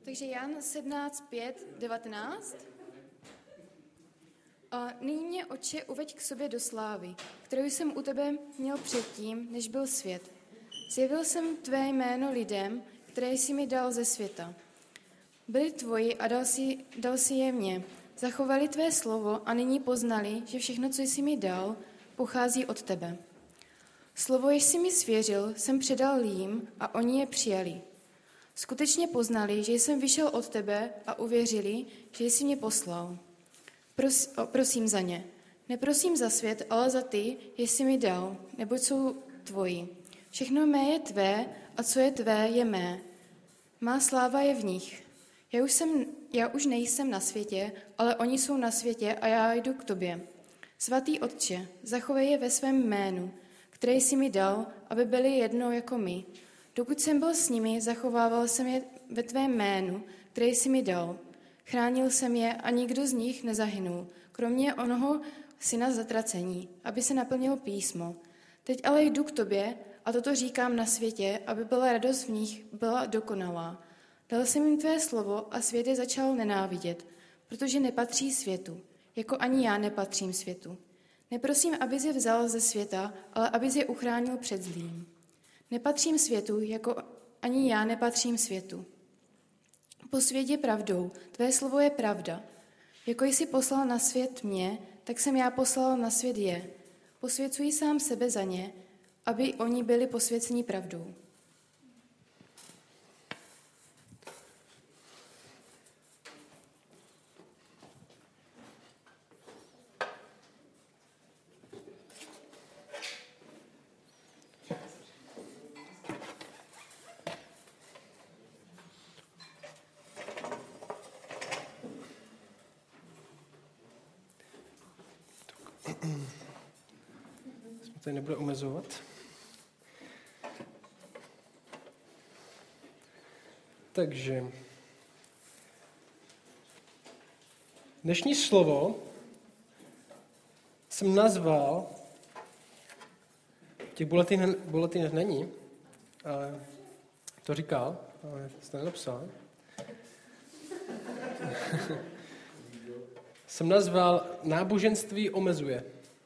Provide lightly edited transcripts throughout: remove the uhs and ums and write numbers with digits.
Takže Jan 17:5-19. A nyní mě, Otče, uveď k sobě do slávy, kterou jsem u tebe měl předtím, než byl svět. Zjevil jsem tvé jméno lidem, které jsi mi dal ze světa. Byli tvoji a dal si je mně. Zachovali tvé slovo a nyní poznali, že všechno, co jsi mi dal, pochází od tebe. Slovo, jež jsi mi svěřil, jsem předal jim a oni je přijali. Skutečně poznali, že jsem vyšel od tebe a uvěřili, že jsi mě poslal. Prosím za ně. Neprosím za svět, ale za ty, jež jsi mi dal, neboť jsou tvoji. Všechno mé je tvé a co je tvé, je mé. Má sláva je v nich. Já už nejsem na světě, ale oni jsou na světě a já jdu k tobě. Svatý Otče, zachovej je ve svém jménu, které jsi mi dal, aby byli jedno jako my. Dokud jsem byl s nimi, zachovával jsem je ve tvém jménu, které jsi mi dal. Chránil jsem je a nikdo z nich nezahynul, kromě onoho syna zatracení, aby se naplnilo písmo. Teď ale jdu k tobě a toto říkám na světě, aby byla radost v nich byla dokonalá. Dal jsem jim tvé slovo a svět je začal nenávidět, protože nepatří světu, jako ani já nepatřím světu. Neprosím, abys je vzal ze světa, ale abys je uchránil před zlým. Nepatřím světu, jako ani já nepatřím světu. Posvěť je pravdou, tvé slovo je pravda. Jako jsi poslal na svět mě, tak jsem já poslal na svět je. Posvěcuji sám sebe za ně, aby oni byli posvěceni pravdou. Jsme tady nebude omezovat. Takže dnešní slovo jsem nazval, v těch bulletinech není, ale to říkal, ale jste nenapsal. Jsem nazval Náboženství omezuje.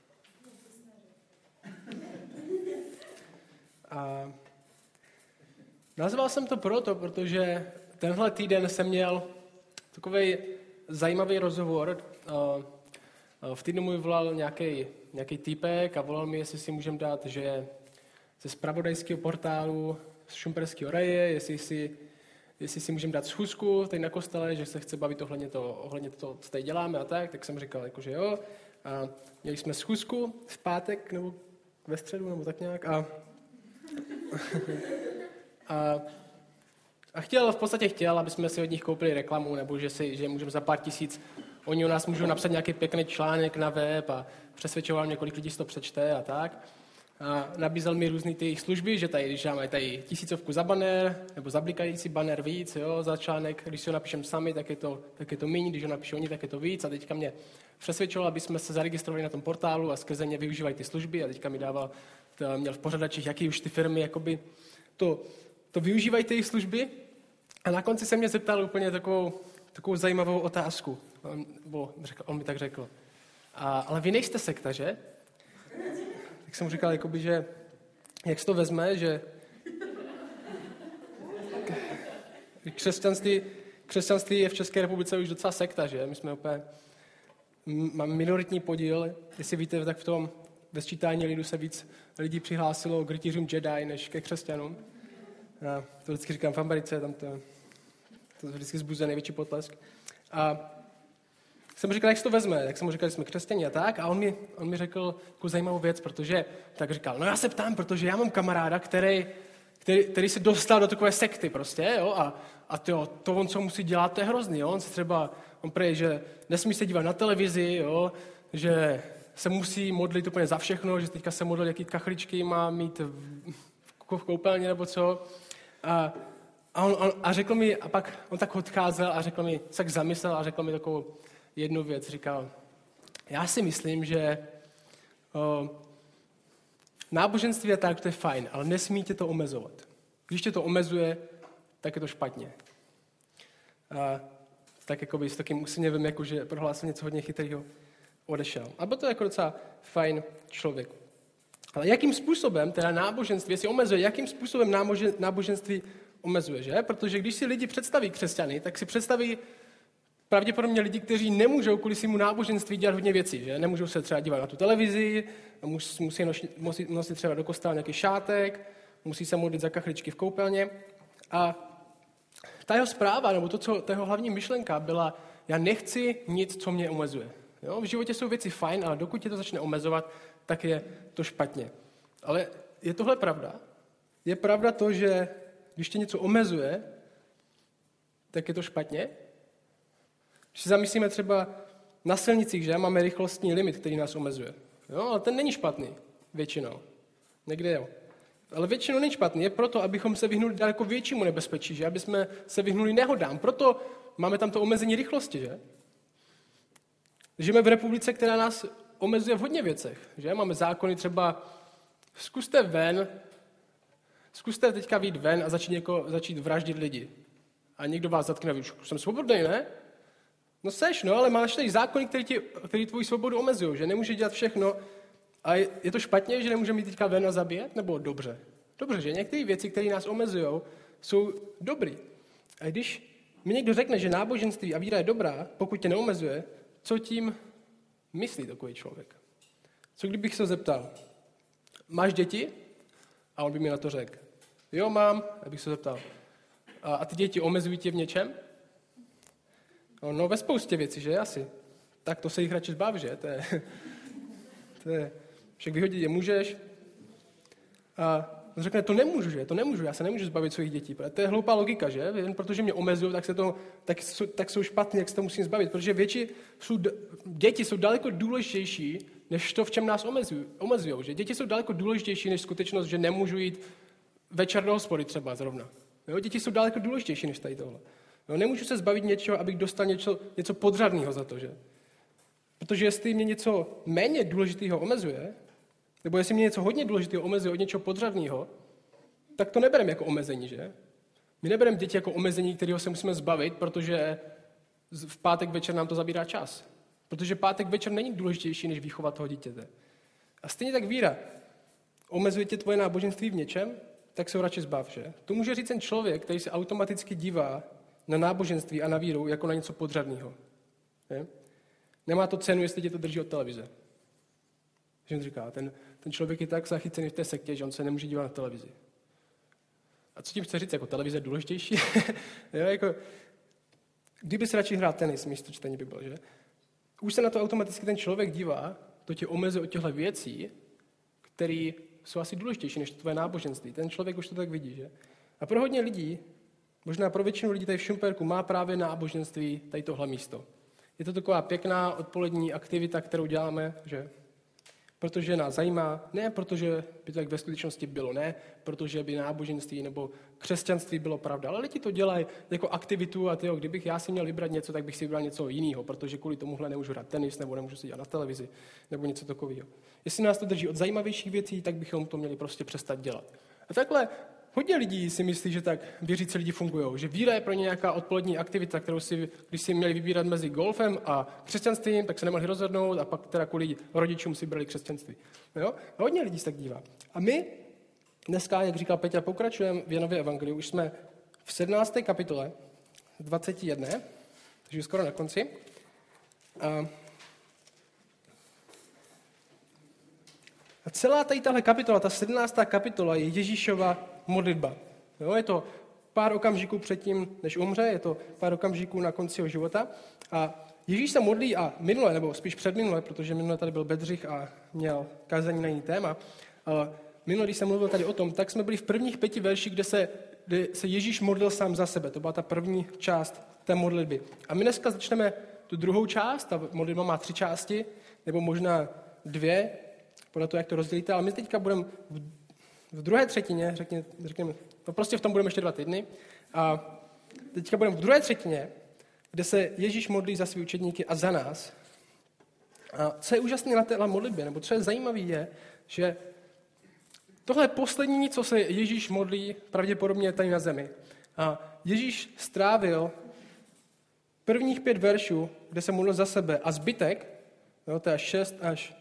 A nazval jsem to proto, protože tenhle týden jsem měl takový zajímavý rozhovor. V týdnu mi volal nějaký týpek a volal mi, jestli si můžeme dát, že ze zpravodajského portálu z Šumperského raje, jestli si můžeme dát schůzku tady na kostele, že se chce bavit ohledně toho, co tady děláme a tak jsem říkal, že jo. A měli jsme schůzku v pátek nebo ve středu nebo tak nějak a v podstatě chtěl, aby jsme si od nich koupili reklamu, nebo že můžeme za pár tisíc, oni o nás můžou napsat nějaký pěkný článek na web a přesvědčoval mě, kolik lidí si to přečte a tak. A nabízel mi různý ty jejich služby, že tady, když máme tady 1000 za banner, nebo za blikající banner víc, jo, za článek, když si ho napíšeme sami, tak je to méně, když ho napíšou oni, tak je to víc. A teďka mě přesvědčoval, aby jsme se zaregistrovali na tom portálu a skrze ně využívají ty služby a teďka mi měl v pořadačích, jaký už ty firmy jakoby to využívají ty jejich služby. A na konci se mě zeptal úplně takovou zajímavou otázku. On mi tak řekl. Ale vy nejste sekta, že? Tak jsem mu říkal, jakoby, že jak se to vezme, že křesťanství je v České republice už docela sekta, že? My jsme máme minoritní podíl, jestli víte, tak ve sčítání lidu se víc lidí přihlásilo k rytířům Jedi, než ke křesťanům. Já to vždycky říkám v Americe, tam to vždycky zbuzuje největší potlesk. A jsem mu říkal, jak se to vezme, tak jsem mu říkal, že jsme křesťané a tak, a on mi řekl takovou zajímavou věc, protože tak říkal, no já se ptám, protože já mám kamaráda, který se dostal do takové sekty prostě, jo, a to on, co musí dělat, to je hrozný, jo, on prý, že nesmí se dívat na televizi, jo, že se musí modlit úplně za všechno, že teďka se modlil, jaký kachličky má mít v koupelně nebo co. A řekl mi, a pak on tak odcházel a řekl mi, tak zamyslel a řekl mi takovou jednu věc. Říkal, já si myslím, že náboženství a tak, to je fajn, ale nesmí tě to omezovat. Když tě to omezuje, tak je to špatně. A tak jakoby s takým úsměvem, jakože prohlásil něco hodně chytrého, odešel. A byl to jako docela fajn člověk. Ale jakým způsobem teda náboženství, jestli omezuje, jakým způsobem náboženství omezuje, že? Protože když si lidi představí křesťany, tak si představí pravděpodobně lidi, kteří nemůžou kvůli svému náboženství dělat hodně věcí, že? Nemůžou se třeba dívat na tu televizi, musí nosit třeba do kostela nějaký šátek, musí se modlit za kachličky v koupelně. A ta jeho zpráva, nebo ta jeho hlavní myšlenka byla, já nechci nic, co mě omezuje. Jo? V životě jsou věci fajn, ale dokud tě to začne omezovat, tak je to špatně. Ale je tohle pravda? Je pravda to, že když tě něco omezuje, tak je to špatně? Když si zamyslíme třeba na silnicích, že máme rychlostní limit, který nás omezuje. Jo? Ale ten není špatný většinou. Někde jo. Ale většinou není špatný. Je proto, abychom se vyhnuli daleko většímu nebezpečí, že? Aby jsme se vyhnuli nehodám. Proto máme tam to omezení rychlosti, že? Žijeme v republice, která nás omezuje v hodně věcech. Že? Máme zákony třeba, zkuste teďka vyjít ven a začít vraždit lidi. A někdo vás zatkne, už jsem svobodný, ne? No seš, no, ale máš tady zákony, který tvoji svobodu omezují, že nemůže dělat všechno. A je to špatně, že nemůžeme jít teďka ven a zabíjet? Nebo dobře? Dobře, že některé věci, které nás omezují, jsou dobrý. A když mi někdo řekne, že náboženství a víra je dobrá, pokud tě neomezuje, co tím myslí takový člověk? Co kdybych se zeptal, máš děti? A on by mi na to řekl, jo, mám. A bych se zeptal, a ty děti omezují tě v něčem? No ve spoustě věcí, že asi. Tak to se jich radši zbav, že? To je však vyhodit je můžeš. A on řekne, to nemůžu, já se nemůžu zbavit svých dětí. To je hloupá logika, že? Jen protože mě omezují, tak jsou špatný, jak se to musím zbavit. Protože děti jsou daleko důležitější, než to, v čem nás omezují. Že? Děti jsou daleko důležitější, než skutečnost, že nemůžu jít večer do hospody třeba zrovna. Jo? Děti jsou daleko důležitější, než tady tohle. Jo? Nemůžu se zbavit něčeho, abych dostal něco podřadného za to, že? Protože jestli mě něco méně důležitého omezuje, nebo jestli mě něco hodně důležitého omezuje od něčeho podřadného, tak to nebereme jako omezení, že? My nebereme děti jako omezení, kterého se musíme zbavit, protože v pátek večer nám to zabírá čas. Protože pátek večer není důležitější, než výchova toho dítěte. A stejně tak víra. Omezuje tě tvoje náboženství v něčem, tak se ho radši zbav, že? To může říct ten člověk, který se automaticky dívá na náboženství a na víru jako na něco podřadného. Nemá to cenu, jestli tě to drží od televize. Že on říká, ten člověk je tak zachycený v té sektě, že on se nemůže dívat na televizi. A co tím chce říct? Jako televize je důležitější? Jo, jako, kdyby si radši hrál tenis místo čtení Bible, že? Už se na to automaticky ten člověk dívá, to tě omezuje od těchto věcí, které jsou asi důležitější než tvoje náboženství. Ten člověk už to tak vidí, že? A pro hodně lidí, možná pro většinu lidí tady v Šumperku, má právě náboženství tady tohle místo. Je to taková pěkná odpolední aktivita, kterou děláme, že? Protože nás zajímá, ne protože by to tak ve skutečnosti bylo, ne protože by náboženství nebo křesťanství bylo pravda, ale lidi to dělají jako aktivitu a kdybych já si měl vybrat něco, tak bych si vybral něco jiného, protože kvůli tomuhle nemůžu hrát tenis nebo nemůžu se dělat na televizi nebo něco takového. Jestli nás to drží od zajímavějších věcí, tak bychom to měli prostě přestat dělat. A takhle hodně lidí si myslí, že tak věřící lidi fungují, že víra je pro ně nějaká odpolední aktivita, kterou když si měli vybírat mezi golfem a křesťanstvím, tak se nemohli rozhodnout a pak teda kvůli rodičům si brali křesťanství. Jo? A hodně lidí se tak dívá. A my dneska, jak říkal Peťa, pokračujeme v Janově evangeliu. Už jsme v 17. kapitole 21, takže skoro na konci. A celá tahle kapitola, ta 17. kapitola je Ježíšova modlitba. Jo, je to pár okamžiků předtím, než umře, je to pár okamžiků na konci jeho života. A Ježíš se modlí a minule, nebo spíš předminule, protože minule tady byl Bedřich a měl kázání na jiný téma. Minule, když jsem mluvil tady o tom, tak jsme byli v prvních 5 verších, kde se Ježíš modlil sám za sebe. To byla ta první část té modlitby. A my dneska začneme tu druhou část, ta modlitba má 3 části, nebo možná 2, podle toho, jak to rozdělíte, ale my teďka budeme v druhé třetině, řekněme, no prostě v tom budeme ještě 2 týdny, a teďka budeme v druhé třetině, kde se Ježíš modlí za své učedníky a za nás. A co je úžasné na téhle modlitbě, nebo co je zajímavé, je, že tohle je poslední, co se Ježíš modlí pravděpodobně tady na zemi. A Ježíš strávil prvních 5 veršů, kde se modlil za sebe, a zbytek, jo, to je 6 až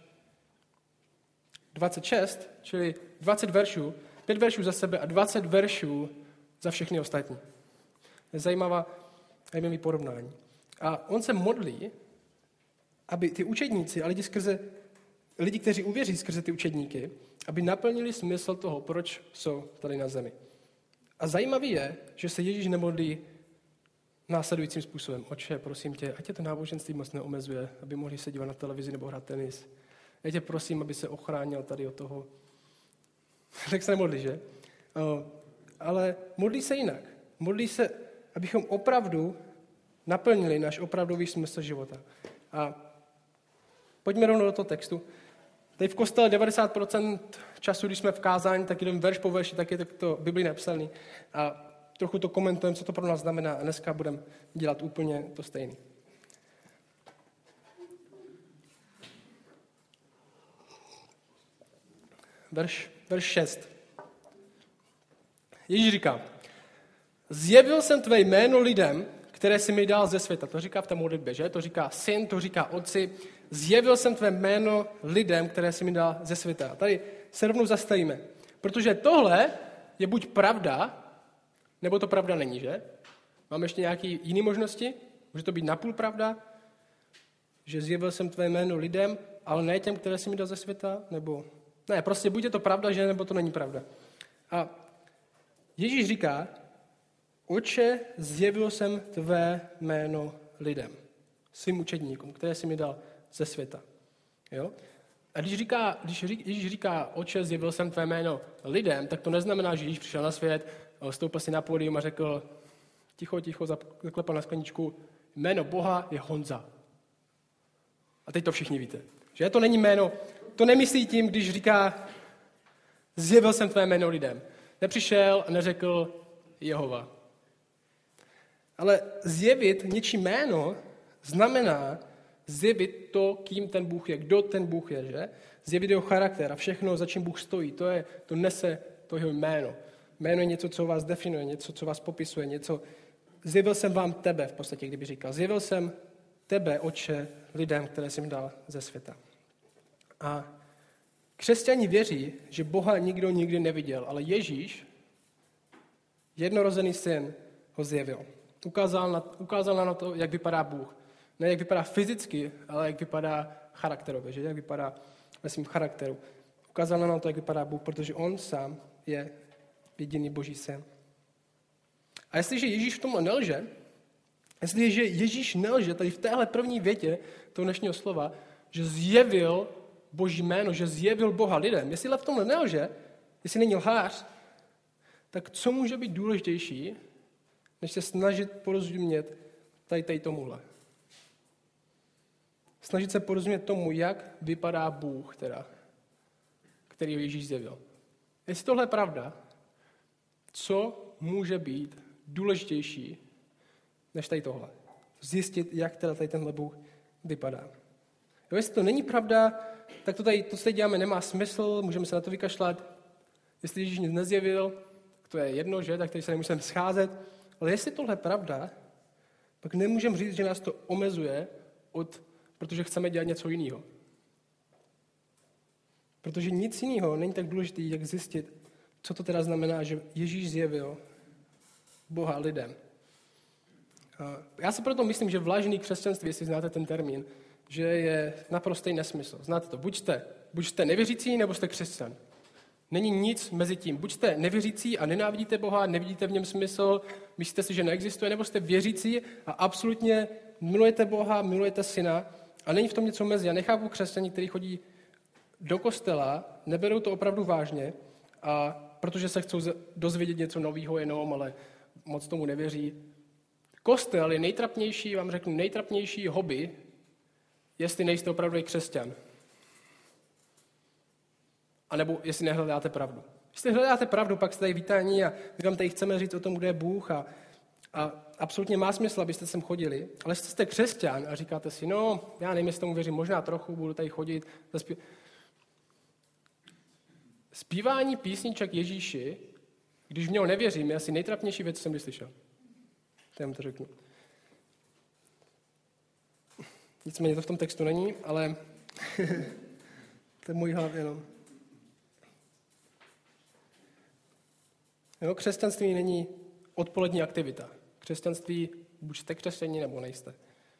26, čili 20 veršů, 5 veršů za sebe a 20 veršů za všechny ostatní. To je zajímavý porovnání. A on se modlí, aby ty učedníci a lidi, kteří uvěří skrze ty učedníky, aby naplnili smysl toho, proč jsou tady na zemi. A zajímavý je, že se Ježíš nemodlí následujícím způsobem. Otče, prosím tě, ať tě to náboženství moc neomezuje, aby mohli se dívat na televizi nebo hrát tenis. Já tě prosím, aby se ochránil tady od toho. Tak se nemodlí, že? Ale modlí se jinak. Modlí se, abychom opravdu naplnili náš opravdový smysl života. A pojďme rovnou do toho textu. Tady v kostele 90% času, když jsme v kázání, tak jdeme verš po verši, tak je to Biblii napsaný. A trochu to komentujeme, co to pro nás znamená. A dneska budeme dělat úplně to stejné. Verš 6. Ježíš říká, zjevil jsem tvé jméno lidem, které jsi mi dal ze světa. To říká v té modlitbě, že? To říká syn, to říká otci. Zjevil jsem tvé jméno lidem, které jsi mi dal ze světa. A tady se rovnou zastavíme. Protože tohle je buď pravda, nebo to pravda není, že? Máme ještě nějaké jiné možnosti? Může to být napůl pravda? Že zjevil jsem tvé jméno lidem, ale ne těm, které jsi mi dal ze světa? Nebo... Ne, prostě buď je to pravda, že? Nebo to není pravda. A Ježíš říká, Otče, zjevil jsem tvé jméno lidem, svým učedníkům, které jsi mi dal ze světa. Jo? A když Ježíš říká, Otče, zjevil jsem tvé jméno lidem, tak to neznamená, že Ježíš přišel na svět, stoupil si na pódium a řekl, ticho, zaklepal na skleničku, jméno Boha je Honza. A teď to všichni víte. Že to není jméno, to nemyslí tím, když říká, zjevil jsem tvé jméno lidem. Nepřišel a neřekl Jehova. Ale zjevit něčí jméno znamená zjevit to, kým ten Bůh je, kdo ten Bůh je, že? Zjevit jeho charakter a všechno, za čím Bůh stojí, to nese to jeho jméno. Jméno je něco, co vás definuje, něco, co vás popisuje, něco. Zjevil jsem vám tebe, v podstatě, kdyby říkal. Zjevil jsem tebe, Otče, lidem, které jsi mi dal ze světa. A křesťani věří, že Boha nikdo nikdy neviděl, ale Ježíš, jednorozený syn, ho zjevil. Ukázal na to, jak vypadá Bůh. Ne jak vypadá fyzicky, ale jak vypadá charakterově, že? Jak vypadá ve svém charakteru. Ukázal nám to, jak vypadá Bůh, protože on sám je jediný Boží syn. A jestliže Ježíš v tomhle nelže, jestliže Ježíš nelže tady v téhle první větě toho dnešního slova, že zjevil Boží jméno, že zjevil Boha lidem, jestli v tomhle nelže, jestli není lhář, tak co může být důležitější, než se snažit porozumět tady tomuhle. Snažit se porozumět tomu, jak vypadá Bůh, který Ježíš zjevil. Jestli tohle je pravda, co může být důležitější než tady tohle? Zjistit, jak tady tenhle Bůh vypadá. Jo, jestli to není pravda, tak to, co tady děláme, nemá smysl, můžeme se na to vykašlat. Jestli Ježíš nic nezjevil, to je jedno, že? Tak tady se nemusíme scházet. Ale jestli tohle je pravda, pak nemůžeme říct, že nás to omezuje, protože chceme dělat něco jiného. Protože nic jiného není tak důležité, jak zjistit, co to teda znamená, že Ježíš zjevil Boha lidem. Já si proto myslím, že vlažný křesťanství, jestli znáte ten termín, že je naprostý nesmysl. Znáte to? Buď jste nevěřící, nebo jste křesťan. Není nic mezi tím. Buď jste nevěřící a nenávidíte Boha, nevidíte v něm smysl, myslíte si, že neexistuje, nebo jste věřící a absolutně milujete Boha, milujete Syna a není v tom něco mezi. Já nechápu křesťaní, kteří chodí do kostela, neberou to opravdu vážně, a protože se chcou dozvědět něco nového jenom, ale moc tomu nevěří. Kostel je nejtrapnější, vám řeknu, nejtrapnější hobby, jestli nejste opravdu křesťan. A nebo jestli nehledáte pravdu. Jestli hledáte pravdu, pak jste tady vítáni a my vám tady chceme říct o tom, kde je Bůh a absolutně má smysl, abyste sem chodili. Ale jestli jste křesťan a říkáte si, no, já nevím, jestli tomu věřím, možná trochu, budu tady chodit. Zpívání písniček Ježíši, když v něho nevěřím, je asi nejtrapnější věc, co jsem kdy slyšel. To já to řeknu. Nicméně to v tom textu není, ale to je můj hlavě jenom. Jo, křesťanství není odpolední aktivita. Křesťanství, buď jste křesťaní, nebo nejste.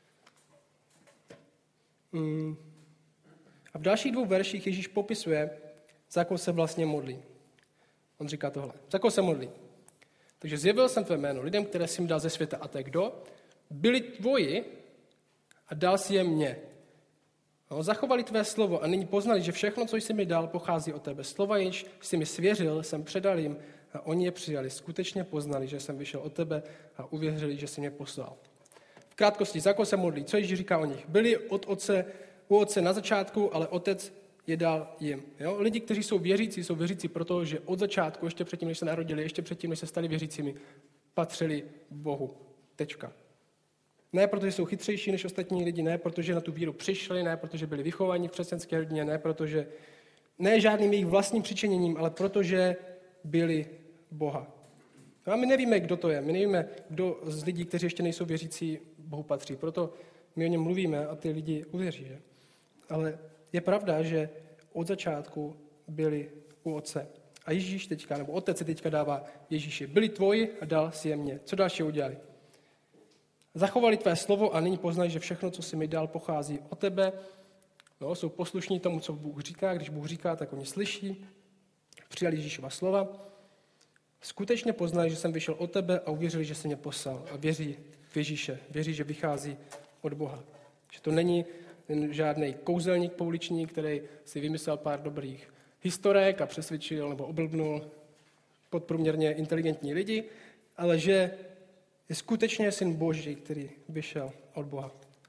A v dalších 2 verších Ježíš popisuje, za koho se vlastně modlí. On říká tohle. Za koho se modlí? Takže zjevil jsem tvé jméno lidem, které jsi mi dal ze světa. A to je kdo? Byli tvoji a dal si je mně. No, zachovali tvé slovo a nyní poznali, že všechno, co jsi mi dal, pochází od tebe. Slova, jenž jsi mi svěřil, jsem předal jim a oni je přijali. Skutečně poznali, že jsem vyšel od tebe a uvěřili, že jsi mě poslal. V krátkosti, za koho se modlí? Co Ježíš říká o nich? Byli u otce na začátku, ale otec je dal jim. Jo? Lidi, kteří jsou věřící proto, že od začátku, ještě předtím, než se narodili, ještě předtím, než se stali věřícími, patřili Bohu. Tečka. Ne protože jsou chytřejší než ostatní lidi, ne protože na tu víru přišli, ne protože byli vychováni v křesťanské rodině, ne žádným jejich vlastním přičiněním, ale protože byli Boha. No a my nevíme, kdo to je. My nevíme, kdo z lidí, kteří ještě nejsou věřící, Bohu patří. Proto my o něm mluvíme a ty lidi uvěří. Že? Ale je pravda, že od začátku byli u otce. A Ježíš teďka, nebo otec se teďka dává Ježíši. Byli tvoji a dal si je mně. Co další udělali? Zachovali tvé slovo a nyní poznají, že všechno, co jsi mi dal, pochází od tebe. No, jsou poslušní tomu, co Bůh říká. Když Bůh říká, tak oni slyší. Přijali Ježíšova slova. Skutečně poznali, že jsem vyšel od tebe a uvěřili, že jsi mě poslal. A věří v Ježíše. Věří, že vychází od Boha. Že to není žádný kouzelník pouliční, který si vymyslel pár dobrých historek a přesvědčil nebo oblbnul podprůměrně inteligentní lidi, ale že je skutečně syn Boží, který vyšel od Boha.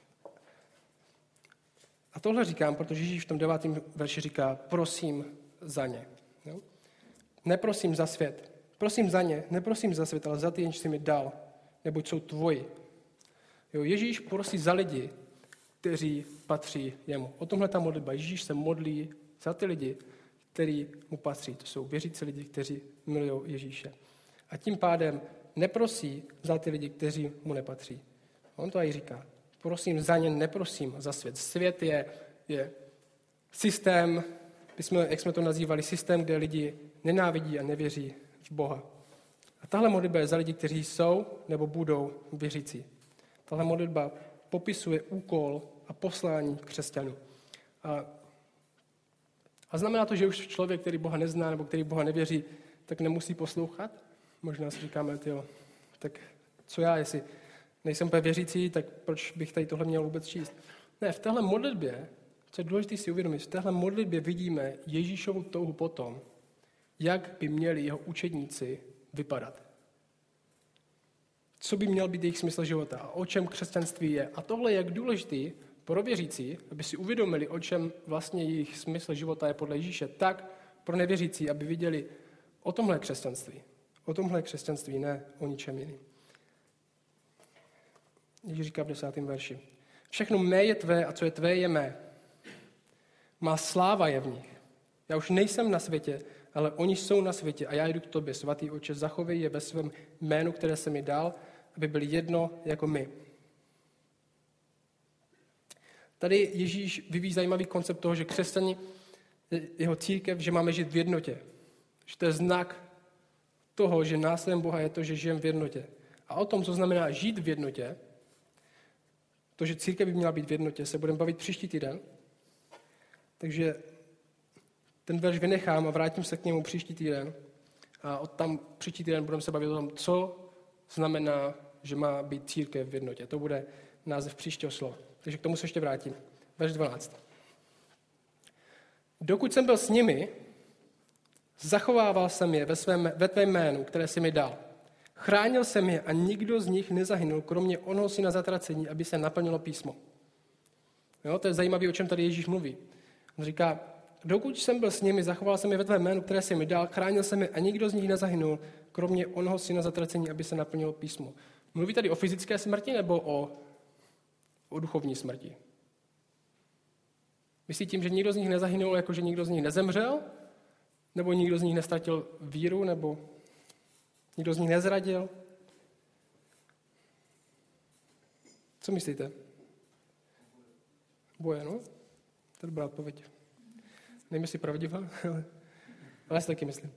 A tohle říkám, protože Ježíš v tom 9. verši říká, prosím za ně. Jo? Neprosím za svět. Prosím za ně, neprosím za svět, ale za ty, jenž jsi mi dal, neboť jsou tvoji. Jo, Ježíš prosí za lidi, kteří patří jemu. O tomhle ta modlitba. Ježíš se modlí za ty lidi, kteří mu patří. To jsou věřící lidi, kteří milují Ježíše. A tím pádem neprosí za ty lidi, kteří mu nepatří. On to i říká. Prosím za ně, neprosím za svět. Svět je systém, jak jsme to nazývali, systém, kde lidi nenávidí a nevěří v Boha. A tahle modlitba je za lidi, kteří jsou nebo budou věřící. Tahle modlitba popisuje úkol a poslání křesťanů. A znamená to, že už člověk, který Boha nezná nebo který Boha nevěří, tak nemusí poslouchat? Možná si říkáme, tak co já, jestli nejsem úplně věřící, tak proč bych tady tohle měl vůbec číst? Ne, v téhle modlitbě, co je důležité si uvědomit, v téhle modlitbě vidíme Ježíšovu touhu potom, jak by měli jeho učedníci vypadat. Co by měl být jejich smysl života a o čem křesťanství je. A tohle je jak důležitý pro věřící, aby si uvědomili, o čem vlastně jejich smysl života je podle Ježíše, tak pro nevěřící, aby viděli o tomhle křesťanství. O tomhle křesťanství, ne o ničem jiným. Ježíš říká v 10. verši. Všechno mé je tvé a co je tvé je mé. Má sláva je v nich. Já už nejsem na světě, ale oni jsou na světě a já jdu k tobě, svatý Otče, zachovej je ve svém jménu, které jsem mi dal, aby byli jedno jako my. Tady Ježíš vyvíjí zajímavý koncept toho, že křesťani, jeho církev, že máme žít v jednotě. Že to je znak toho, že následem Boha je to, že žijeme v jednotě. A o tom, co znamená žít v jednotě, to, že církev by měla být v jednotě, se budeme bavit příští týden. Takže ten verš vynechám a vrátím se k němu příští týden. A od tam příští týden budeme se bavit o tom, co znamená, že má být církev v jednotě. To bude název příštího slova. Takže k tomu se ještě vrátím. Verš 12. Dokud jsem byl s nimi, zachovával jsem je ve tvém jménu, které jsi mi dal. Chránil jsem je a nikdo z nich nezahynul, kromě onoho syna zatracení, aby se naplnilo písmo. Jo, to je zajímavé, o čem tady Ježíš mluví. On říká, dokud jsem byl s nimi, zachoval jsem je ve tvém jménu, které jsi mi dal, chránil jsem je a nikdo z nich nezahynul, kromě onoho syna zatracení, aby se naplnilo písmo. Mluví tady o fyzické smrti nebo o duchovní smrti? Myslí tím, že nikdo z nich nezahynul, jako že nikdo z nich nezemřel? Nebo nikdo z nich nestratil víru? Nebo nikdo z nich nezradil? Co myslíte? Oboje, no. To je dobrá odpověď. Nevím, jestli pravdivá, ale já si taky myslím.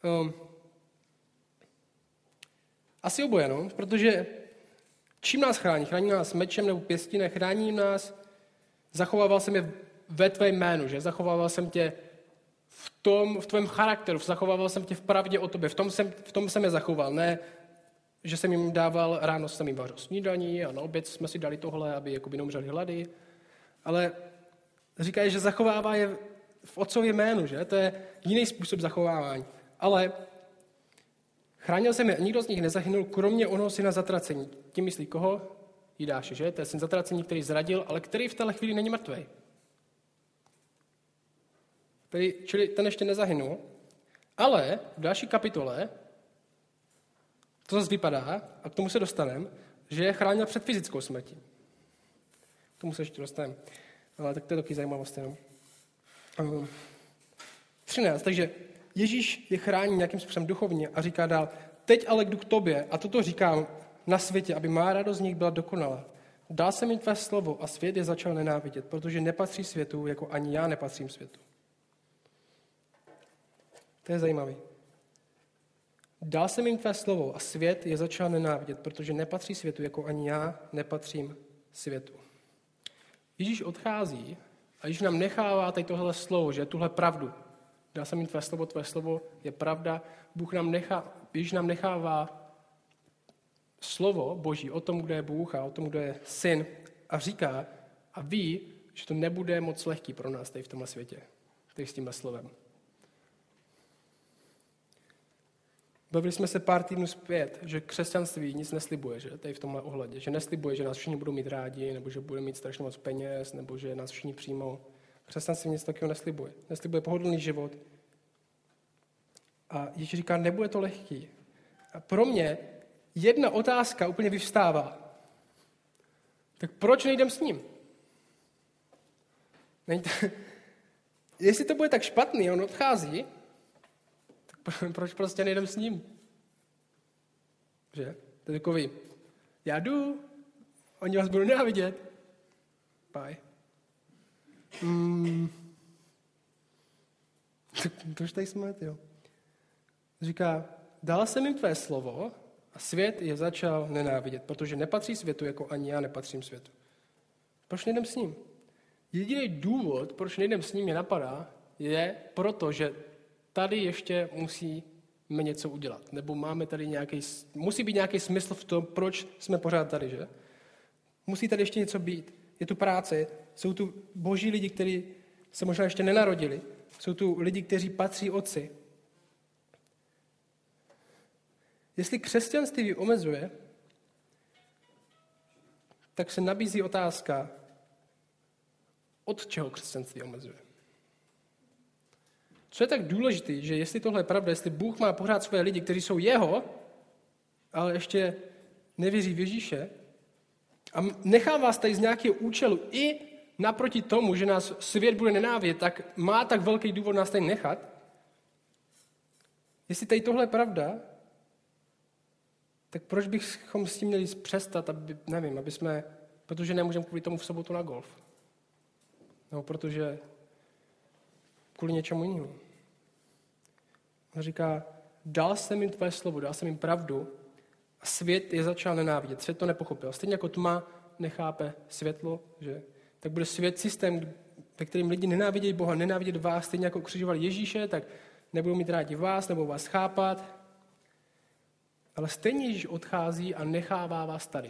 Asi oboje, no, protože čím nás chrání? Chrání nás mečem nebo pěstí, nechrání nás. Zachovával jsem je ve tvém jménu, že? Zachovával jsem tě v tvém charakteru, zachovával jsem tě v pravdě o tobě, v tom jsem je zachoval, ne, že jsem jim dával, ráno jsem jim vařil snídaní a na oběd jsme si dali tohle, aby jakoby neumřeli hlady, ale říkají, že zachovává je v otcově jménu, že? To je jiný způsob zachovávání. Ale chránil jsem je, nikdo z nich nezahynul, kromě onoho syna zatracení. Tím myslí koho? Jidáše, že? To je syn zatracení, který zradil, ale který v téhle chvíli není mrtvej. Čili ten ještě nezahynul. Ale v další kapitole to zase vypadá, a k tomu se dostaneme, že je chránil před fyzickou smrtí. K tomu se ještě dostaneme. Ale tak to je taky zajímavost jenom. 13. Takže Ježíš je chrání nějakým způsobem duchovně a říká dál, teď ale jdu k tobě a toto říkám na světě, aby má radost z nich byla dokonalá. Dal jsem jim tvé slovo a svět je začal nenávidět, protože nepatří světu, jako ani já nepatřím světu. To je zajímavé. Dal jsem jim tvé slovo a svět je začal nenávidět, protože nepatří světu, jako ani já nepatřím světu. Ježíš odchází a Ježíš nám nechává tady tohle slovo, že tuhle pravdu. Dal jsem jim tvé slovo je pravda. Ježíš nám nechává slovo Boží o tom, kdo je Bůh a o tom, kdo je syn a říká a ví, že to nebude moc lehký pro nás tady v tomhle světě, tady s tímhle slovem. Bavili jsme se pár týdnů zpět, že křesťanství nic neslibuje, že tady v tomhle ohledě, že neslibuje, že nás všichni budou mít rádi, nebo že budeme mít strašně moc peněz, nebo že nás všichni přijmou. Křesťanství nic takového neslibuje. Neslibuje pohodlný život. A Ježíš říká, nebude to lehký. A pro mě jedna otázka úplně vyvstává. Tak proč nejdem s ním? Jestli to bude tak špatný, on odchází, tak proč prostě nejdem s ním? Že? To je takový, já jdu, oni vás budou nenávidět. Bye. To už tady jsme, jo. Říká, dal jsem jim tvé slovo a svět je začal nenávidět, protože nepatří světu, jako ani já nepatřím světu. Proč nejdem s ním? Jediný důvod, proč nejdem s ním, je napadá, je proto, že tady ještě musíme něco udělat. Nebo máme tady musí být nějaký smysl v tom, proč jsme pořád tady, že? Musí tady ještě něco být. Je tu práce, jsou tu boží lidi, kteří se možná ještě nenarodili. Jsou tu lidi, kteří patří otci. Jestli křesťanství omezuje, tak se nabízí otázka, od čeho křesťanství omezuje. Co je tak důležité, že jestli tohle je pravda, jestli Bůh má pořád své lidi, kteří jsou jeho, ale ještě nevěří v Ježíše, a nechá vás tady z nějakého účelu i naproti tomu, že nás svět bude nenávidět, tak má tak velký důvod nás tady nechat. Jestli tady tohle je pravda, tak proč bychom s tím měli přestat, protože nemůžeme kvůli tomu v sobotu na golf. No, protože kvůli něčemu jinému. On říká, dal jsem jim tvé slovo, dal jsem jim pravdu a svět je začal nenávidět. Svět to nepochopil. Stejně jako tma nechápe světlo, že? Tak bude svět systém, ve kterým lidi nenávidějí Boha, nenávidět vás, stejně jako ukřižovali Ježíše, tak nebudou mít rádi vás, nebo vás chápat. Ale stejně Ježíš odchází a nechává vás tady.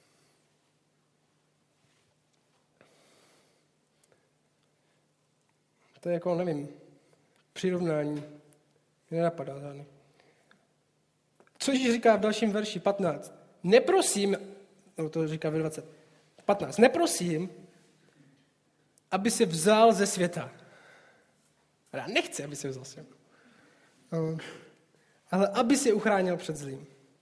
To je jako, nevím, přirovnání. Mě nenapadá žádný. Co Ježíš říká v dalším verši 15? Neprosím, no to říká ve 20, 15, neprosím, aby se vzal ze světa. Já nechci, aby se vzal ze světa. Ale aby se uchránil před zlým.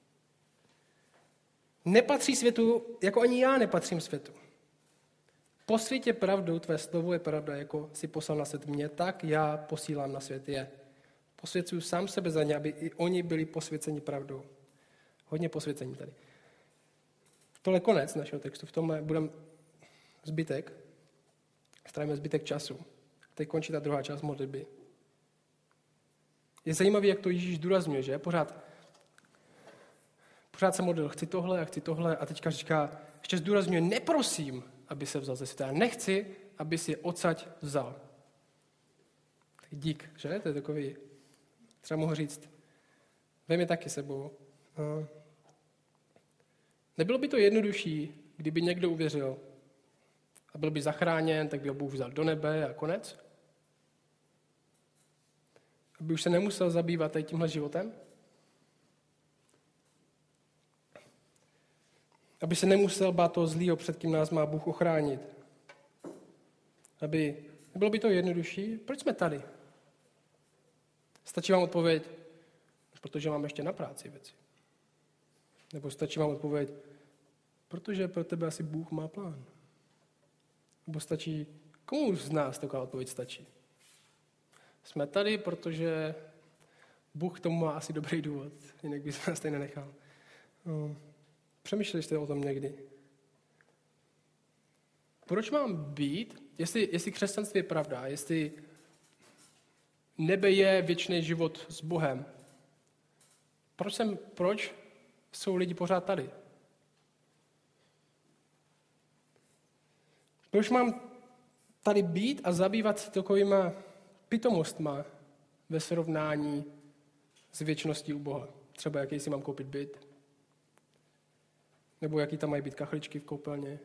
Nepatří světu, jako ani já nepatřím světu. Posvětě pravdou, tvé slovo je pravda, jako si poslal na svět mě, tak já posílám na svět je. Posvěcuju sám sebe za ně, aby i oni byli posvěceni pravdou. Hodně posvěcení tady. Tohle konec našeho textu, v tomhle budeme zbytek. strávíme zbytek času. Teď končí ta druhá část modlitby. Je zajímavé, jak to Ježíš důrazňuje, že? Pořád se modlil, chci tohle a teďka říká, ještě zdůrazňuje, neprosím, aby se vzal ze světa. Nechci, aby si je odsaď vzal. Tak dík, že? To je takový, třeba mohu říct, vem je taky sebou. Nebylo by to jednodušší, kdyby někdo uvěřil a byl by zachráněn, tak by ho Bůh vzal do nebe a konec? Aby už se nemusel zabývat tady tímhle životem? Aby se nemusel bát toho zlýho, před kým nás má Bůh ochránit? Nebylo by to jednodušší? Proč jsme tady? Stačí vám odpověď, protože mám ještě na práci věci. Nebo stačí vám odpověď, protože pro tebe asi Bůh má plán. Nebo stačí, komu z nás taková odpověď stačí? Jsme tady, protože Bůh k tomu má asi dobrý důvod, jinak by se nás tady nenechal. Přemýšleli jste o tom někdy? Proč mám být, jestli křesťanství je pravda, jestli nebe je věčný život s Bohem, proč jsou lidi pořád tady? Proč mám tady být a zabývat se takovýma pitomostma ve srovnání s věčností u Boha? Třeba jaký si mám koupit byt? Nebo jaký tam mají být kachličky v koupelně?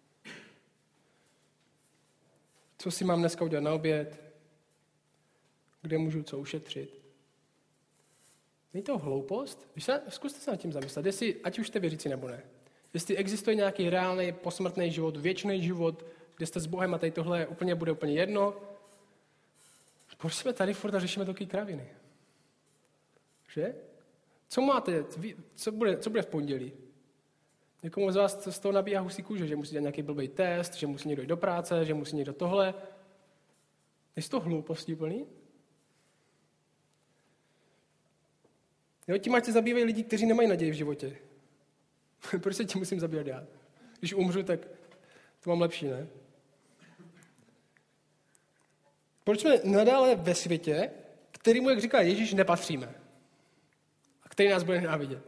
Co si mám dneska udělat na oběd? Kde můžu co ušetřit? Není to hloupost? Zkuste se nad tím zamyslet, ať už jste věřící nebo ne. Jestli existuje nějaký reálný posmrtný život, věčný život, kde jste s Bohem a tady tohle bude úplně jedno, proč jsme tady furt a řešíme takové kraviny? Že? Co máte? Co bude v pondělí? Někomu z vás z toho nabíhá husí kůže, že musí dělat nějaký blbý test, že musí někdo jít do práce, že musí někdo tohle. Je to hlouposti plný? Jo, tím ať se zabývají lidi, kteří nemají naději v životě. Proč se tím musím zabývat já? Když umřu, tak to mám lepší, ne? Proč jsme nadále ve světě, kterému, jak říká Ježíš, nepatříme? A který nás bude nenávidět?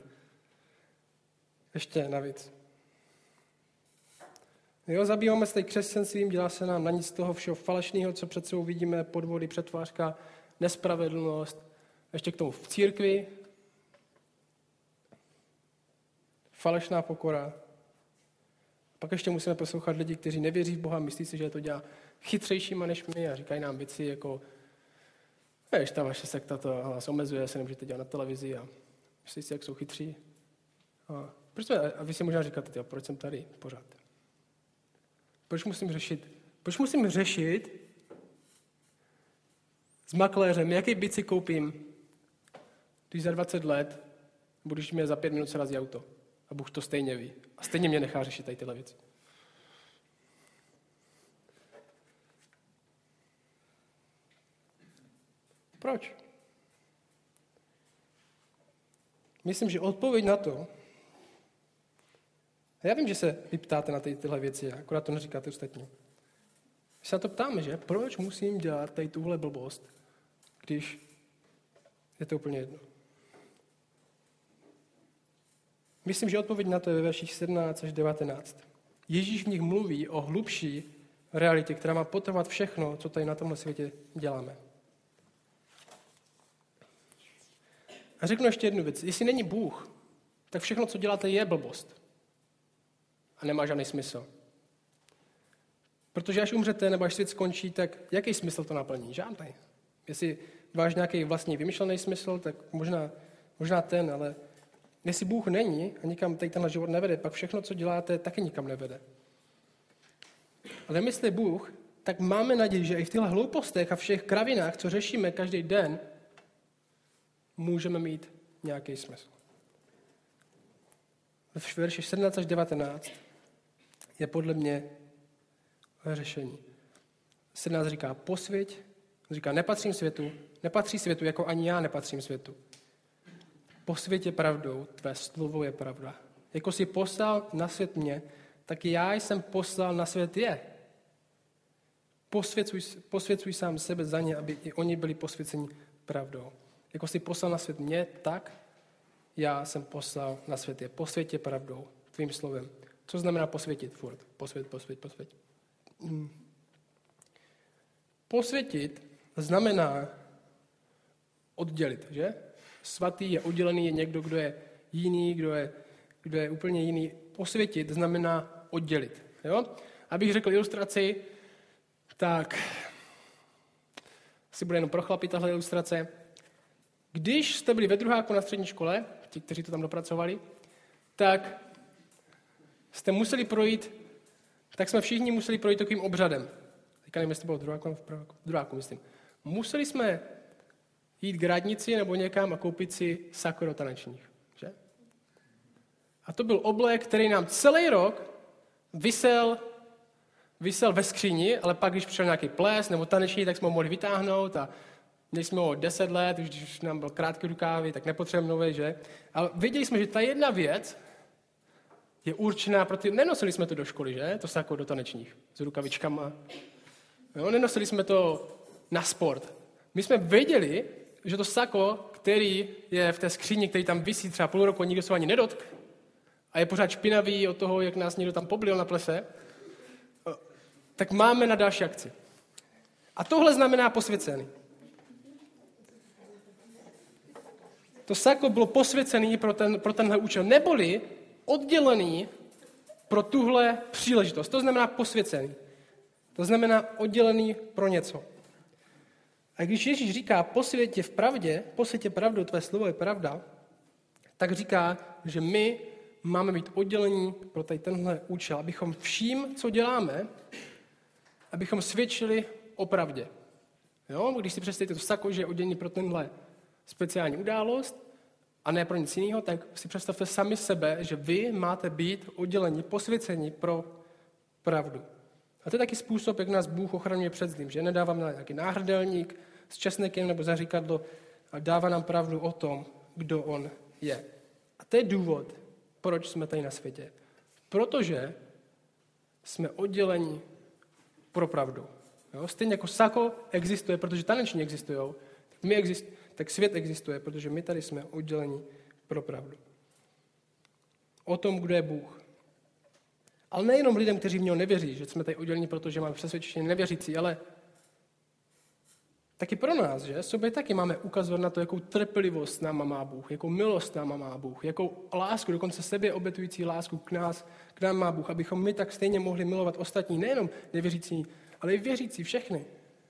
Ještě navíc. Jo, zabýváme se tady křesťanstvím, dělá se nám na nic z toho všeho falešného, co před sebou vidíme, podvody, přetvářka, nespravedlnost. Ještě k tomu v církvi. Falešná pokora. Pak ještě musíme poslouchat lidi, kteří nevěří v Boha, myslí si, že to dělá chytřejšíma než my a říkají nám věci jako víš, ta vaše sekta to vás omezuje, se nemůžete dělat na televizi a myslí si, jak jsou chytří. A vy si možná říkáte, proč jsem tady pořád? Proč musím řešit s makléřem, jaký byt si koupím, když za 20 let, nebo když mě za 5 minut srazí auto. A Bůh to stejně ví. A stejně mě nechá řešit tady tyhle věci. Proč? Myslím, že odpověď na to, a já vím, že se vy ptáte na tyhle věci, akorát to neříkáte ostatní. My se na to ptáme, že? Proč musím dělat tady tuhle blbost, když je to úplně jedno? Myslím, že odpověď na to je ve verších 17 až 19. Ježíš v nich mluví o hlubší realitě, která má potrvat všechno, co tady na tomhle světě děláme. A řeknu ještě jednu věc. Jestli není Bůh, tak všechno, co děláte, je blbost. A nemá žádný smysl. Protože až umřete nebo až svět skončí, tak jaký smysl to naplní? Žádný. Jestli máš nějaký vlastní vymyšlený smysl, tak možná ten, ale jestli Bůh není a nikam tady tenhle život nevede, pak všechno, co děláte, taky nikam nevede. Ale jestli je Bůh, tak máme naději, že i v těchto hloupostech a všech kravinách, co řešíme každý den, můžeme mít nějaký smysl. V verši 17 až 19 je podle mě řešení. 17 říká posvěť, říká nepatří světu, jako ani já nepatřím světu. Posvěť je pravdou, tvé slovo je pravda. Jako jsi poslal na svět mě, tak já jsem poslal na svět je. posvěcuj sám sebe za ně, aby i oni byli posvěceni pravdou. Jako jsi poslal na svět mě, tak já jsem poslal na svět je. Posvěť je pravdou, tvým slovem. Co znamená posvětit furt? Posvěť. Posvětit znamená oddělit, že? Svatý je oddělený, je někdo, kdo je jiný, kdo je úplně jiný. Posvětit znamená oddělit. Jo? Abych řekl ilustraci, tak si bude jenom pro chlapy tahle ilustrace. Když jste byli ve druháku na střední škole, ti, kteří to tam dopracovali, tak jste museli projít, tak jsme všichni museli projít takovým obřadem. Teďka nevím, jestli to bylo v druháku, myslím. Museli jsme jít k radnici nebo někam a koupit si sako do tanečních. Že? A to byl oblek, který nám celý rok visel ve skříni, ale pak, když přišel nějaký ples nebo taneční, tak jsme ho mohli vytáhnout a měli jsme ho 10 let, už když nám byl krátký rukávy, tak nepotřebujeme nové, že? Ale věděli jsme, že ta jedna věc je určená pro ty... Nenosili jsme to do školy, že? To sako do tanečních s rukavičkama. Jo? Nenosili jsme to na sport. My jsme věděli, že to sako, který je v té skříni, který tam visí třeba půl roku, nikdo se ani nedotkl a je pořád špinavý od toho, jak nás někdo tam poblil na plese, tak máme na další akci. A tohle znamená posvěcený. To sako bylo posvěcený pro tenhle účel, neboli oddělený pro tuhle příležitost. To znamená posvěcený. To znamená oddělený pro něco. A když Ježíš říká posvětě v pravdě, posvětě pravdu, tvé slovo je pravda, tak říká, že my máme být oddělení pro tady tenhle účel, abychom vším, co děláme, abychom svědčili o pravdě. Jo? Když si představíte to sako, že je oddělení pro tenhle speciální událost a ne pro nic jiného, tak si představte sami sebe, že vy máte být oddělení, posvěcení pro pravdu. A to je taky způsob, jak nás Bůh ochraňuje před zlým, že nedává nám nějaký náhrdelník s česnekem nebo zaříkadlo, ale dává nám pravdu o tom, kdo on je. A to je důvod, proč jsme tady na světě. Protože jsme oddělení pro pravdu. Jo? Stejně jako sako existuje, protože taneční existují, tak svět existuje, protože my tady jsme oddělení pro pravdu. O tom, kdo je Bůh. Ale nejenom lidem, kteří v něho nevěří, že jsme tady oddělení, protože máme přesvědčení nevěřící, ale taky pro nás, že? Sobě taky máme ukazovat na to, jakou trpělivost náma má Bůh, jakou milost náma má Bůh, jakou lásku, dokonce sebě obetující lásku k nám má Bůh, abychom my tak stejně mohli milovat ostatní, nejenom nevěřící, ale i věřící, všechny.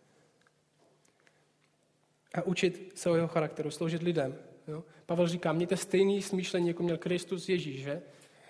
A učit se o jeho charakteru, sloužit lidem. Jo? Pavel říká, mějte stejný smýšlení, jako měl Kristus Ježíš, že?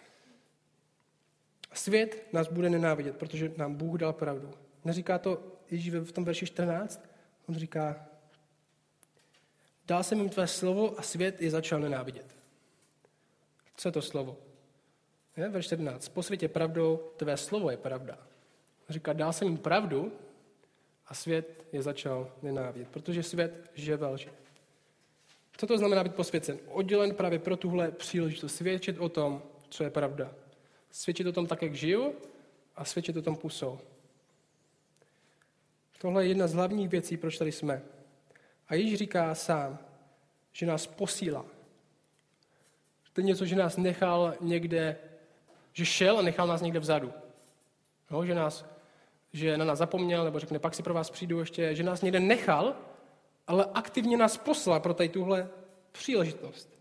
Svět nás bude nenávidět, protože nám Bůh dal pravdu. Neříká to Ježíš v tom verši 14? On říká, dal jsem jim tvé slovo a svět je začal nenávidět. Co je to slovo? Je? Verš 14. Posvěť je pravdou, tvé slovo je pravda. On říká, dal jsem jim pravdu a svět je začal nenávidět, protože svět žije ve lži. Co to znamená být posvěcen? Oddělen právě pro tuhle příležitost svědčit o tom, co je pravda. Svědčit o tom tak, jak žiju a svědčit o tom pusou. Tohle je jedna z hlavních věcí, proč tady jsme. A Ježíš říká sám, že nás posílá. To je něco, že nás nechal někde, že šel a nechal nás někde vzadu. No, že na nás zapomněl, nebo řekne, pak si pro vás přijdu ještě, že nás někde nechal, ale aktivně nás poslal pro tady tuhle příležitost.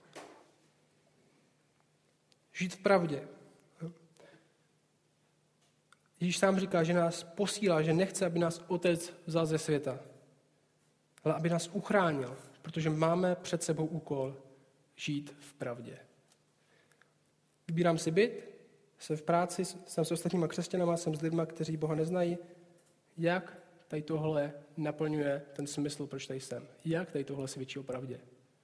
Žít v pravdě. Ježíš sám říká, že nás posílá, že nechce, aby nás Otec vzal ze světa, ale aby nás uchránil, protože máme před sebou úkol žít v pravdě. Vybírám si byt, jsem v práci, jsem s ostatníma křesťanama, jsem s lidma, kteří Boha neznají. Jak tady tohle naplňuje ten smysl, proč tady jsem? Jak tady tohle svědčí o pravdě?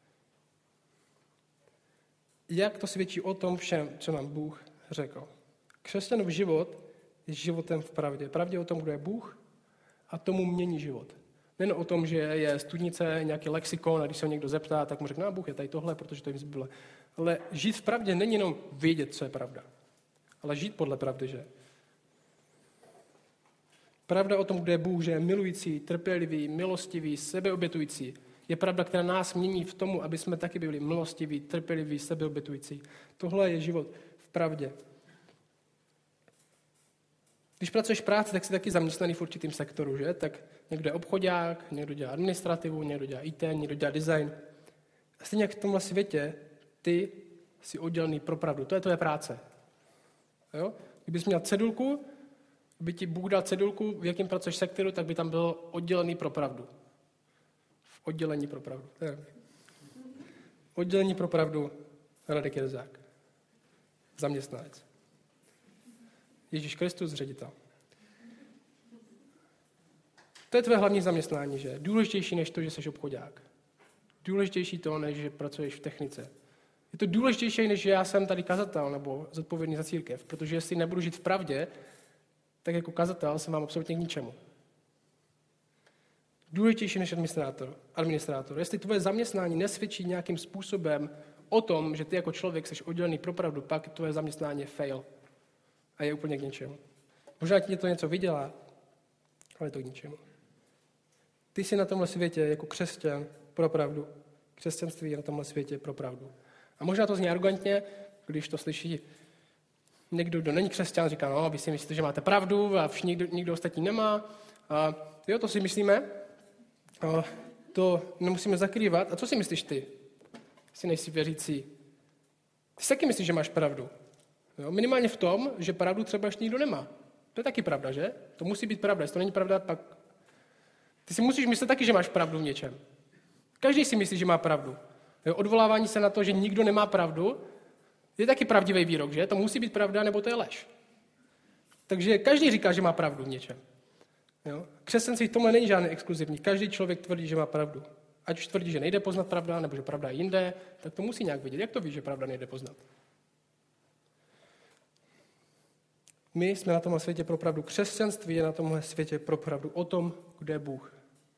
Jak to svědčí o tom všem, co nám Bůh řekl? Křesťanův život je životem v pravdě. Pravdě o tom, kdo je Bůh a tomu mění život. Nejen o tom, že je studnice, nějaký lexikon a když se ho někdo zeptá, tak mu řekne, Bůh je tady tohle, protože to je z Bible. Ale žít v pravdě není jenom vědět, co je pravda, ale žít podle pravdy, že? Pravda o tom, kdo je Bůh, že je milující, trpělivý, milostivý, sebeobětující, je pravda, která nás mění v tomu, aby jsme taky byli milostiví, trpěliví, sebeobětující. Tohle je život v pravdě. Když pracuješ v práci, tak jsi taky zaměstnaný v určitým sektoru, že? Tak někdo je obchodák, někdo dělá administrativu, někdo dělá IT, někdo dělá design. A stejně jak v tomhle světě, ty jsi oddělený pro pravdu. To je tvoje práce. Jo? Kdybys měl cedulku, by ti Bůh dal cedulku, v jakém pracuješ sektoru, tak by tam bylo oddělený pro pravdu. V oddělení pro pravdu. Oddělení pro pravdu, Radek Jerzák. Zaměstnanec. Ježíš Kristus, ředitel. To je tvé hlavní zaměstnání, že? Důležitější než to, že jsi obchodák. Důležitější to, než že pracuješ v technice. Je to důležitější, než že já jsem tady kazatel nebo zodpovědný za církev, protože jestli nebudu žít v pravdě, tak jako kazatel jsem vám absolutně k ničemu. Důležitější než administrátor. Jestli tvoje zaměstnání nesvědčí nějakým způsobem o tom, že ty jako člověk jsi oddělený pro pravdu, pak tvoje zaměstnání je fail. A je úplně k ničemu. Možná ti to něco vydělá, ale je to k ničemu. Ty jsi na tomhle světě jako křesťan pro pravdu. Křesťanství je na tomhle světě pro pravdu. A možná to zní arrogantně, když to slyší někdo, kdo není křesťan, říká, no, vy si myslíte, že máte pravdu a nikdo ostatní nemá. A jo, to si myslíme. A to nemusíme zakrývat. A co si myslíš ty? Jsi nejsi věřící. Ty si taky myslíš, že máš pravdu. Jo, minimálně v tom, že pravdu třeba ještě nikdo nemá. To je taky pravda, že? To musí být pravda. Jestli to není pravda, pak... Ty si musíš myslet taky, že máš pravdu v něčem. Každý si myslí, že má pravdu. Jo, odvolávání se na to, že nikdo nemá pravdu, je taky pravdivý výrok, že? To musí být pravda, nebo to je lež. Takže každý říká, že má pravdu v něčem. Jo? Křesťanství v tomhle není žádný exkluzivní. Každý člověk tvrdí, že má pravdu. Ať už tvrdí, že nejde poznat pravda, nebo že pravda je jinde, tak to musí nějak vidět. Jak to víš, že pravda nejde poznat? My jsme na tomhle světě pro pravdu. Křesťanství je na tomhle světě pro pravdu o tom, kdo je Bůh.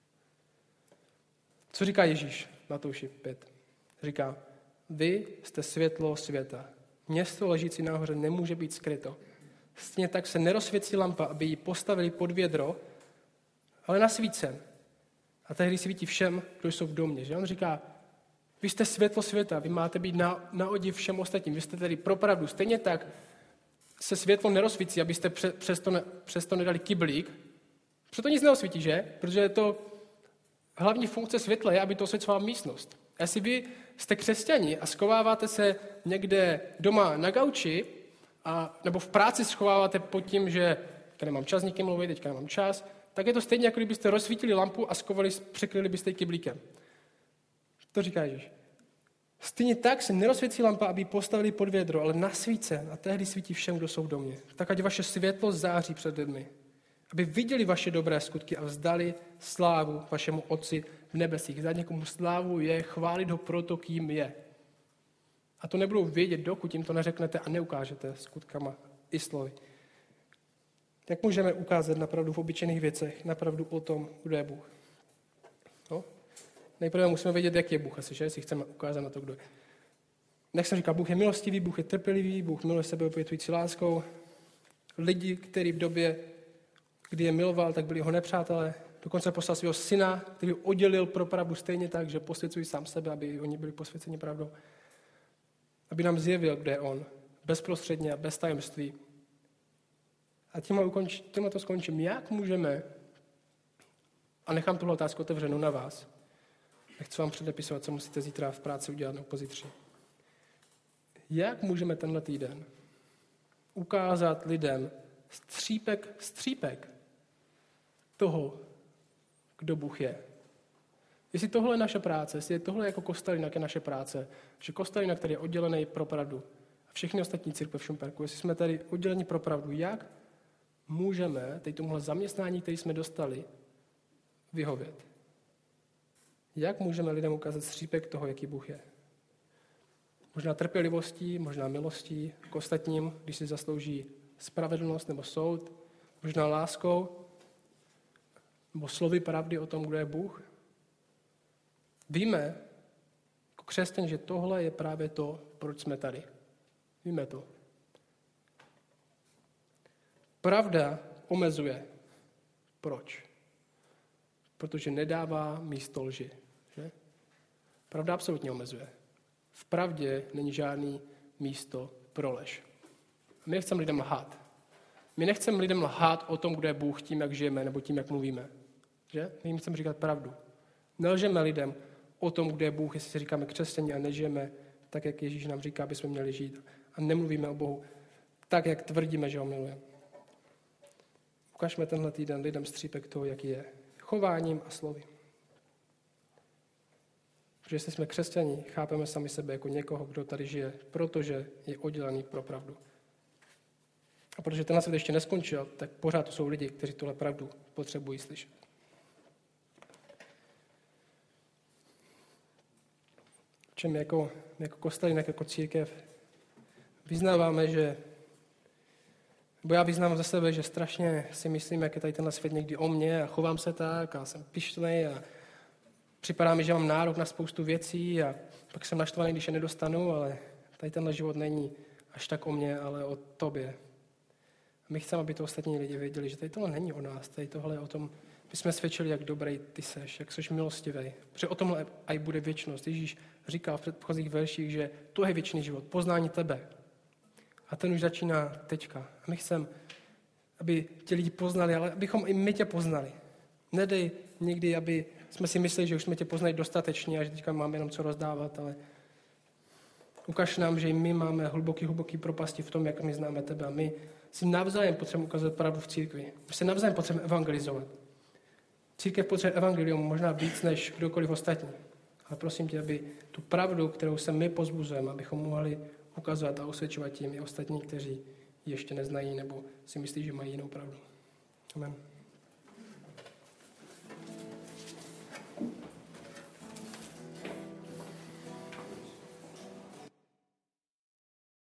Co říká Ježíš? Matouši 5. Říká, vy jste světlo světa. Město ležící nahoře nemůže být skryto. Stejně tak se nerozsvěcí lampa, aby ji postavili pod vědro, ale na svícen. A tehdy svítí všem, kdo jsou v domě. Že? On říká, vy jste světlo světa, vy máte být na odiv všem ostatním. Vy jste tedy pro pravdu. Stejně tak se světlo nerozsvící, abyste přesto nedali kyblík. Proto nic neosvítí, že? Protože to hlavní funkce světla je, aby to osvěcovala místnost. A jestli vy jste křesťani a schováváte se někde doma na gauči, nebo v práci schováváte pod tím, že teďka nemám čas nikým mluvit, teďka nemám čas, tak je to stejně, jako kdybyste rozsvítili lampu a překryli byste ji kyblíkem. To říká Ježíš. Stejně tak se nerozsvěcí lampa, aby ji postavili pod vědro, ale na svícen a tehdy svítí všem, kdo jsou v domě. Tak ať vaše světlo září před lidmi, aby viděli vaše dobré skutky a vzdali slávu vašemu Otci v nebesích. Zdát někomu slávu je chválit ho proto, kým je. A to nebudou vědět, dokud jim to neřeknete a neukážete skutkama i slovy. Jak můžeme ukázat napravdu v obyčejných věcech, napravdu o tom, kdo je Bůh? No? Nejprve musíme vědět, jak je Bůh, asi, že? Si chceme ukázat na to, kdo je. Jak jsem říkal, Bůh je milostivý, Bůh je trpělivý, Bůh miluje sebe opětující láskou. Lidi, kteří v době, kdy je miloval, tak byli jeho nepřátelé. Dokonce poslal svého syna, který oddělil pro pravdu stejně tak, že posvěcují sám sebe, aby oni byli posvěceni pravdou. Aby nám zjevil, kde je on. Bezprostředně a bez tajemství. A tímhle to skončím. Jak můžeme, a nechám tuhle otázku otevřenou na vás, nechci vám předepisovat, co musíte zítra v práci udělat nebo pozítří. Jak můžeme tenhle týden ukázat lidem střípek toho, kdo Bůh je? Jestli tohle je naše práce, jestli je tohle jako kostelinak je naše práce, že kostelinak, který je oddělený pro pravdu a všechny ostatní církve v Šumperku, jestli jsme tady odděleni pro pravdu, jak můžeme teď tomuhle zaměstnání, který jsme dostali, vyhovět? Jak můžeme lidem ukázat střípek toho, jaký Bůh je? Možná trpělivostí, možná milostí k ostatním, když si zaslouží spravedlnost nebo soud, možná láskou, nebo slovy pravdy o tom, kdo je Bůh. Víme, jako křesťan, že tohle je právě to, proč jsme tady. Víme to. Pravda omezuje. Proč? Protože nedává místo lži. Že? Pravda absolutně omezuje. V pravdě není žádný místo pro lež. My nechceme lidem lhát. My nechceme lidem lhát o tom, kdo je Bůh, tím, jak žijeme, nebo tím, jak mluvíme. Že? My jim chceme říkat pravdu. Nelžeme lidem o tom, kdo je Bůh, jestli si říkáme křesťané a nežijeme tak, jak Ježíš nám říká, aby jsme měli žít. A nemluvíme o Bohu tak, jak tvrdíme, že ho milujeme. Ukažme tenhle týden lidem střípek toho, jaký je. Chováním a slovy. Protože jestli jsme křesťaní, chápeme sami sebe jako někoho, kdo tady žije, protože je oddělený pro pravdu. A protože tenhle svět ještě neskončil, tak pořád to jsou lidi, kteří tuhle pravdu potřebují slyšet. Čem jako kostel, jinak jako církev vyznáváme, že nebo já vyznávám za sebe, že strašně si myslím, jak je tady tenhle svět někdy o mně a chovám se tak a jsem pyšnej a připadá mi, že mám nárok na spoustu věcí a pak jsem naštvaný, když je nedostanu, ale tady tenhle život není až tak o mně, ale o tobě. A my chceme, aby to ostatní lidi věděli, že tady tohle není o nás, tady tohle je o tom, my jsme svědčili, jak dobrý ty seš, jak seš milostivý. Protože o tomhle aj bude věčnost. Ježíš říkal v předchozích verších, že to je věčný život, poznání tebe. A ten už začíná teďka. A my chceme, aby ti lidi poznali, ale abychom i my tě poznali. Nedej někdy, aby jsme si mysleli, že už jsme tě poznali dostatečně a že teďka máme jenom co rozdávat, ale ukaž nám, že i my máme hluboký propasti v tom, jak my známe tebe. A my si navzájem potřebujeme ukázat pravdu v církvi. My se navzájem potřebujeme evangelizovat. Církev potřebuje evangelium možná víc než kdokoliv ostatní. Ale prosím tě, aby tu pravdu, kterou se my pozbuzujeme, abychom mohli ukazovat a usvědčovat tím i ostatní, kteří ji ještě neznají nebo si myslí, že mají jinou pravdu. Amen.